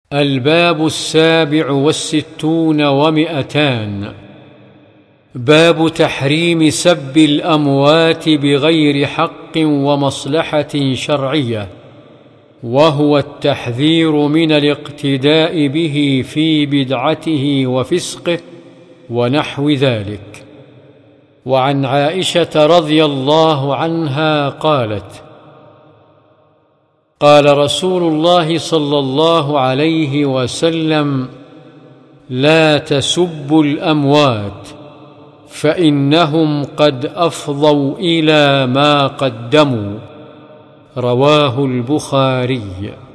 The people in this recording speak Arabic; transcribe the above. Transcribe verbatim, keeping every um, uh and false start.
الباب السابع والستون ومئتان. باب تحريم سب الأموات بغير حق ومصلحة شرعية، وهو التحذير من الاقتداء به في بدعته وفسقه ونحو ذلك. وعن عائشة رضي الله عنها قالت: قال رسول الله صلى الله عليه وسلم: لا تسبوا الأموات فإنهم قد أفضوا إلى ما قدموا. رواه البخاري.